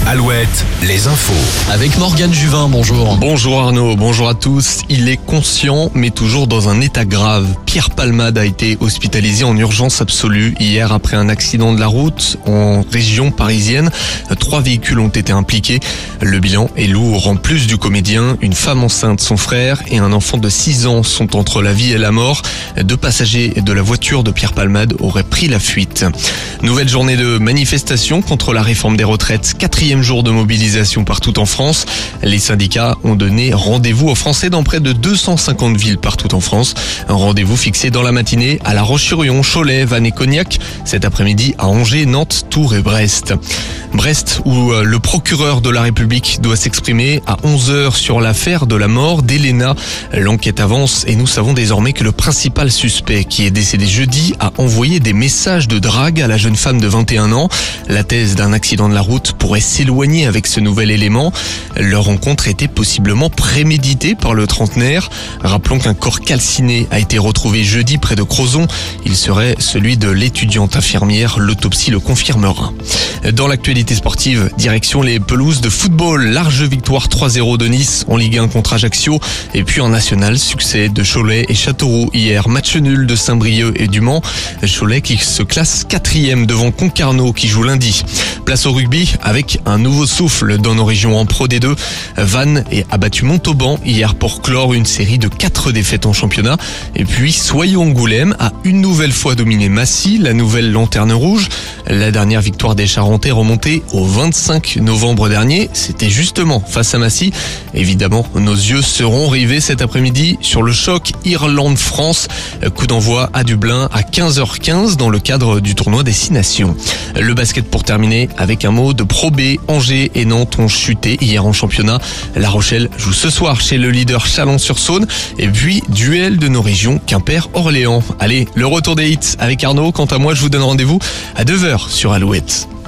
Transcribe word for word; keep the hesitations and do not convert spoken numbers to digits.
Alouette, les infos. Avec Morgane Juvin, bonjour. Bonjour Arnaud, bonjour à tous. Il est conscient, mais toujours dans un état grave. Pierre Palmade a été hospitalisé en urgence absolue hier après un accident de la route en région parisienne. Trois véhicules ont été impliqués. Le bilan est lourd. En plus du comédien, une femme enceinte, son frère et un enfant de six ans sont entre la vie et la mort. Deux passagers de la voiture de Pierre Palmade auraient pris la fuite. Nouvelle journée de manifestation contre la réforme des retraites. Quatrième jour de mobilisation partout en France. Les syndicats ont donné rendez-vous aux Français dans près de deux cent cinquante villes partout en France. Un rendez-vous fixé dans la matinée à La Roche-sur-Yon, Cholet, Vannes et Cognac. Cet après-midi à Angers, Nantes, Tours et Brest. Brest où le procureur de la République doit s'exprimer à onze heures sur l'affaire de la mort d'Elena. L'enquête avance et nous savons désormais que le principal suspect qui est décédé jeudi a envoyé des messages de drague à la jeune femme de vingt et un ans. La thèse d'un accident de la route pourrait s'éloigner avec ce nouvel élément. Leur rencontre était possiblement préméditée par le trentenaire. Rappelons qu'un corps calciné a été retrouvé jeudi près de Crozon. Il serait celui de l'étudiante infirmière. L'autopsie le confirmera. Dans l'actualité sportive, direction les pelouses de football. Large victoire trois zéro de Nice en Ligue un contre Ajaccio. Et puis en national, succès de Cholet et Châteauroux hier. Match nul de Saint-Brieuc et du Mans. Cholet qui se classe quatrième devant Concarneau qui joue lundi. Place au rugby avec un nouveau souffle dans nos régions en Pro D deux. Vannes a battu Montauban hier pour clore une série de quatre défaites en championnat. Et puis Soyons-Angoulême a une nouvelle fois dominé Massy, la nouvelle lanterne rouge. La dernière victoire des Charentais remontée au vingt-cinq novembre dernier. C'était justement face à Massy. Évidemment, nos yeux seront rivés cet après-midi sur le choc Irlande-France. Coup d'envoi à Dublin à quinze heures quinze dans le cadre du tournoi des Six Nations. Le basket pour terminer avec un mot de Pro B. Angers et Nantes ont chuté hier en championnat. La Rochelle joue ce soir chez le leader Chalon-sur-Saône. Et puis, duel de nos régions Quimper-Orléans. Allez, le retour des hits avec Arnaud. Quant à moi, je vous donne rendez-vous à deux heures sur Alouette.